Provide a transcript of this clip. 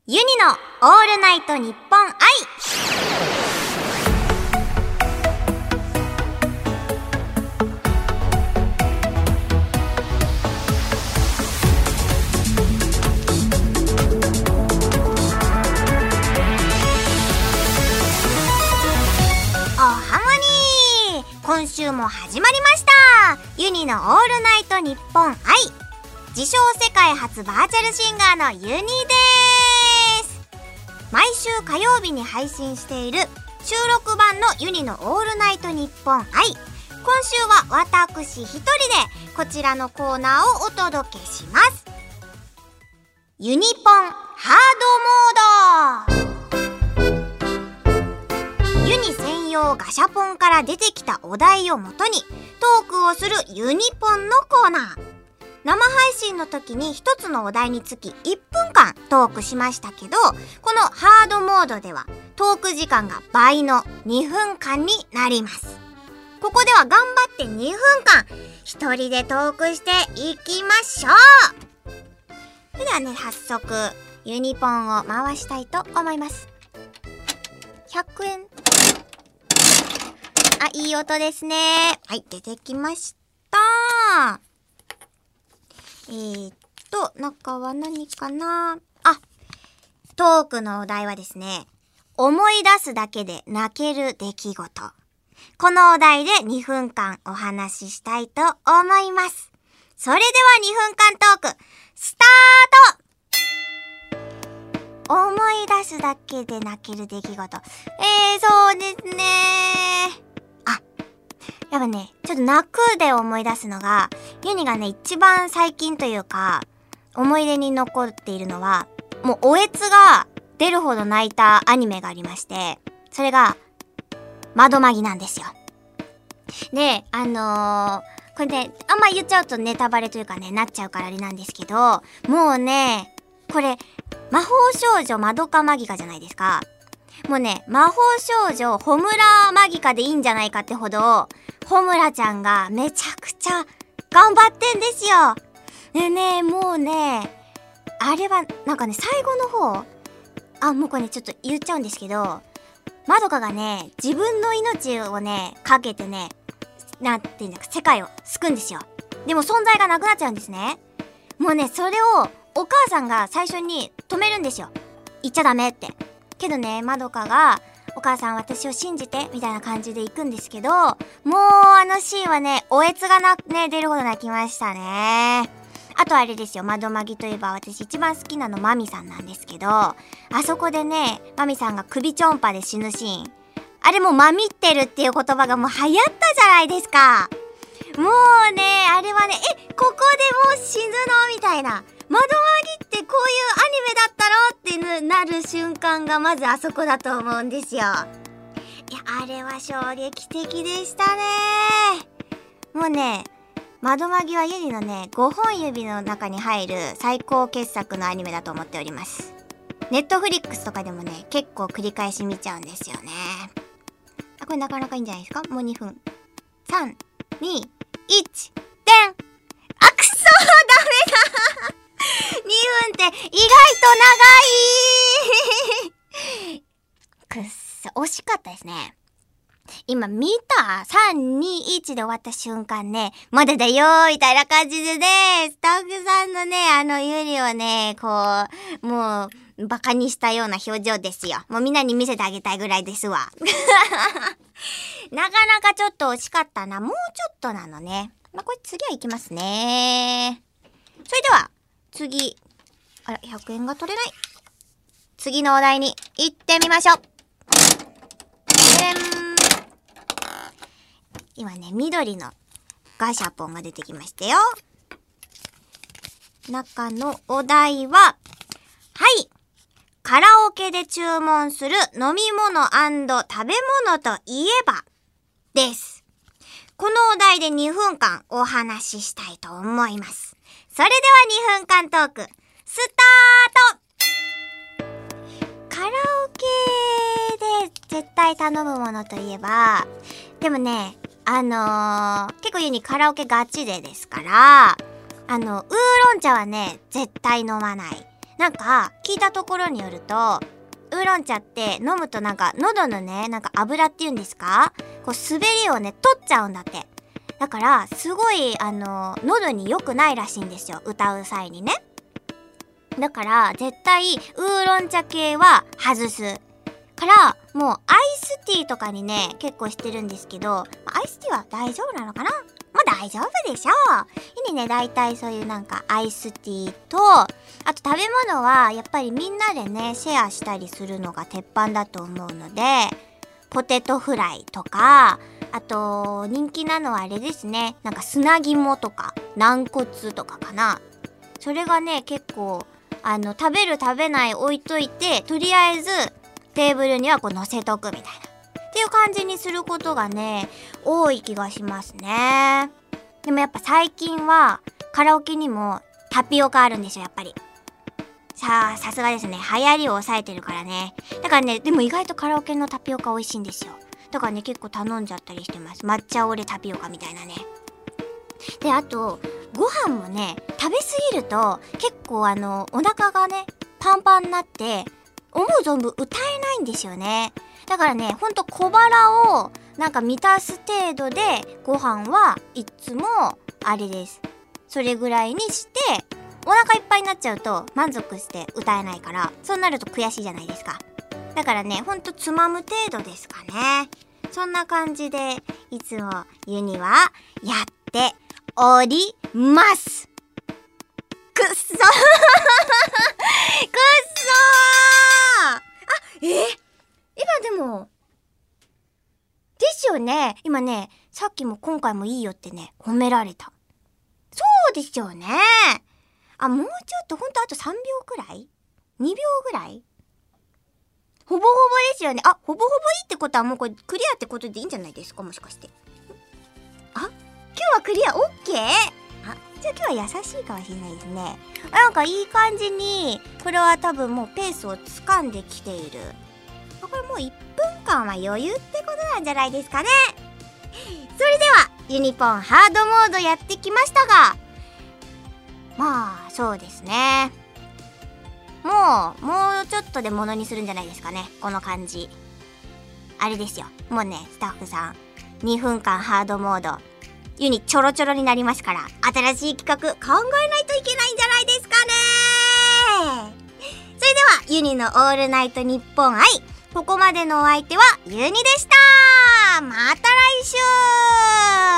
ユニのオールナイトニッポン愛。おハモニー、今週も始まりました。ユニのオールナイトニッポン愛。自称世界初バーチャルシンガーのユニです。毎週火曜日に配信している収録版のユニのオールナイトニッポン愛。今週は私一人でこちらのコーナーをお届けします。ユニポンハードモード。ユニ専用ガシャポンから出てきたお題をもとにトークをするユニポンのコーナー。生配信の時に一つのお題につき1分間トークしましたけど、このハードモードではトーク時間が倍の2分間になります。ここでは頑張って2分間一人でトークしていきましょう。それではね、早速ユニポンを回したいと思います。100円。あ、いい音ですね。はい、出てきました。中は何かなあ、トークのお題はですね、思い出すだけで泣ける出来事。このお題で2分間お話ししたいと思います。それでは2分間トーク、スタート。思い出すだけで泣ける出来事。そうですね。やっぱね、ちょっと泣くで思い出すのが、ユニがね、一番最近というか、思い出に残っているのは、もうおえつが出るほど泣いたアニメがありまして、それが、窓マギなんですよ。で、これね、あんま言っちゃうとネタバレというかね、なっちゃうからあれなんですけど、もうね、これ、魔法少女まどかマギカじゃないですか。もうね、魔法少女ホムラマギカでいいんじゃないかってほど、ホムラちゃんがめちゃくちゃ頑張ってんですよ。でね、もうね、あれはなんかね、最後の方、もうこれね、ちょっと言っちゃうんですけど、まどかがね、自分の命をね、かけてね、なんていうんだか、世界を救うんですよ。でも存在がなくなっちゃうんですね。もうね、それをお母さんが最初に止めるんですよ。言っちゃダメって。けどね、まどかが、お母さん私を信じてみたいな感じで行くんですけど、もうあのシーンはね、おえつが出るほど泣きましたね。あとあれですよ、窓マギといえば私一番好きなのマミさんなんですけど、あそこでね、マミさんが首ちょんぱで死ぬシーン、あれもうマミってるっていう言葉がもう流行ったじゃないですか。もうね、あれはね、ここでもう死ぬのみたいな、窓マギってこういうアニメだったろってなる瞬間がまずあそこだと思うんですよ。いや、あれは衝撃的でしたね。もうね、窓マギはユニのね、5本指の中に入る最高傑作のアニメだと思っております。ネットフリックスとかでもね、結構繰り返し見ちゃうんですよね。これなかなかいいんじゃないですか。もう2分。3、2、1、でん。くそー、ダメだ2分って意外と長いくっそ、惜しかったですね。今見た ?3、2、1で終わった瞬間ね、まだだよーみたいな感じでね、スタッフさんのね、ユリをね、こう、もう、バカにしたような表情ですよ。もうみんなに見せてあげたいぐらいですわ。なかなかちょっと惜しかったな。もうちょっとなのね。これ次は行きますね。それでは、次。あら、100円が取れない。次のお題に行ってみましょう。今ね、緑のガシャポンが出てきましたよ。中のお題は、はい。カラオケで注文する飲み物&食べ物といえばです。このお題で2分間お話ししたいと思います。それでは2分間トーク、スタート。カラオケで絶対頼むものといえば、でもね、結構ユニカラオケガチでですから、ウーロン茶はね、絶対飲まない。 なんか聞いたところによると、ウーロン茶って飲むとなんか喉のね、なんか油っていうんですか、こう滑りをね取っちゃうんだって。だからすごい喉に良くないらしいんですよ、歌う際にね。だから絶対ウーロン茶系は外すから、もうアイスティーとかにね結構してるんですけど、アイスティーは大丈夫なのかな。まあ大丈夫でしょう。いいね、大体そういうなんかアイスティーと、あと食べ物はやっぱりみんなでねシェアしたりするのが鉄板だと思うので、ポテトフライとか、あと人気なのはあれですね、なんか砂肝とか軟骨とかかな。それがね結構食べる食べない置いといて、とりあえずテーブルにはこう乗せとくみたいなっていう感じにすることがね多い気がしますね。でもやっぱ最近はカラオケにもタピオカあるんですよ、やっぱり。さすがですね、流行りを抑えてるからね。だからね、でも意外とカラオケのタピオカ美味しいんですよ。だからね結構頼んじゃったりしてます。抹茶オレタピオカみたいなね。で、あとご飯もね食べ過ぎると結構お腹がねパンパンになって思う存分歌えないんですよね。だからね、ほんと小腹をなんか満たす程度でご飯はいつもあれです。それぐらいにして、お腹いっぱいになっちゃうと満足して歌えないから、そうなると悔しいじゃないですか。だからね、ほんとつまむ程度ですかね。そんな感じでいつもユニはやっております。くっそくっそ今でもですよね。今ね、さっきも今回もいいよってね褒められた。そうですよね。もうちょっとほんとあと3秒くらい ?2 秒ぐらい、ほぼほぼですよね。ほぼほぼいいってことはもうこれクリアってことでいいんじゃないですか、もしかして。今日はクリア OK？ じゃあ今日は優しいかもしれないですね。なんかいい感じにこれは多分もうペースを掴んできている。これもう1分間は余裕ってことなんじゃないですかね。それではユニポンハードモードやってきましたが、まあそうですね、もうちょっとでものにするんじゃないですかね、この感じ。あれですよ、もうねスタッフさん2分間ハードモードユニちょろちょろになりますから、新しい企画考えないといけないんじゃないですかね。それではユニのオールナイトニッポン愛、ここまでのお相手はユニでした。また来週。